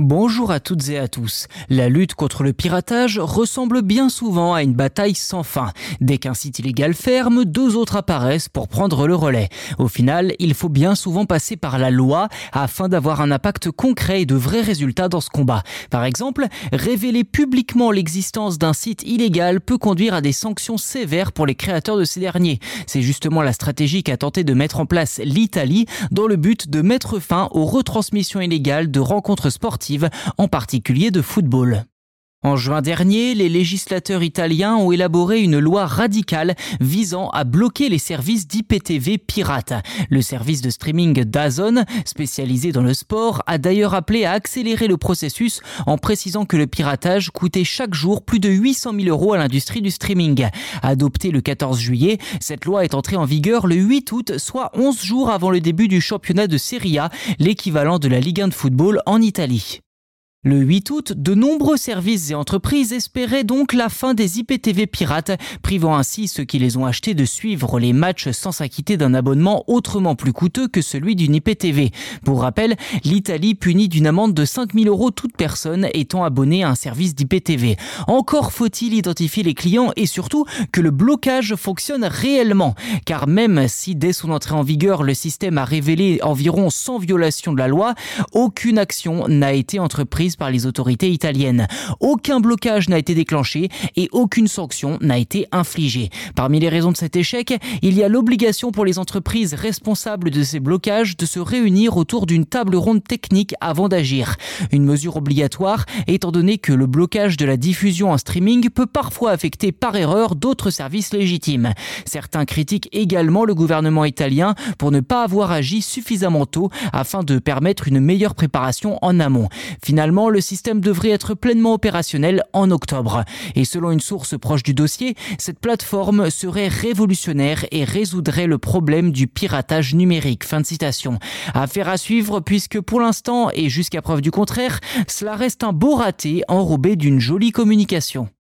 Bonjour à toutes et à tous. La lutte contre le piratage ressemble bien souvent à une bataille sans fin. Dès qu'un site illégal ferme, deux autres apparaissent pour prendre le relais. Au final, il faut bien souvent passer par la loi afin d'avoir un impact concret et de vrais résultats dans ce combat. Par exemple, révéler publiquement l'existence d'un site illégal peut conduire à des sanctions sévères pour les créateurs de ces derniers. C'est justement la stratégie qu'a tenté de mettre en place l'Italie dans le but de mettre fin aux retransmissions illégales de rencontres sportives, en particulier de football. En juin dernier, les législateurs italiens ont élaboré une loi radicale visant à bloquer les services d'IPTV pirates. Le service de streaming DAZN, spécialisé dans le sport, a d'ailleurs appelé à accélérer le processus en précisant que le piratage coûtait chaque jour plus de 800 000 € à l'industrie du streaming. Adoptée le 14 juillet, cette loi est entrée en vigueur le 8 août, soit 11 jours avant le début du championnat de Serie A, l'équivalent de la Ligue 1 de football en Italie. Le 8 août, de nombreux services et entreprises espéraient donc la fin des IPTV pirates, privant ainsi ceux qui les ont achetés de suivre les matchs sans s'acquitter d'un abonnement autrement plus coûteux que celui d'une IPTV. Pour rappel, l'Italie punit d'une amende de 5 000 € toute personne étant abonnée à un service d'IPTV. Encore faut-il identifier les clients et surtout que le blocage fonctionne réellement. Car même si dès son entrée en vigueur, le système a révélé environ 100 violations de la loi, aucune action n'a été entreprise par les autorités italiennes. Aucun blocage n'a été déclenché et aucune sanction n'a été infligée. Parmi les raisons de cet échec, il y a l'obligation pour les entreprises responsables de ces blocages de se réunir autour d'une table ronde technique avant d'agir. Une mesure obligatoire étant donné que le blocage de la diffusion en streaming peut parfois affecter par erreur d'autres services légitimes. Certains critiquent également le gouvernement italien pour ne pas avoir agi suffisamment tôt afin de permettre une meilleure préparation en amont. Finalement, le système devrait être pleinement opérationnel en octobre. Et selon une source proche du dossier, cette plateforme serait révolutionnaire et résoudrait le problème du piratage numérique. Fin de citation. Affaire à suivre puisque pour l'instant, et jusqu'à preuve du contraire, cela reste un beau raté enrobé d'une jolie communication.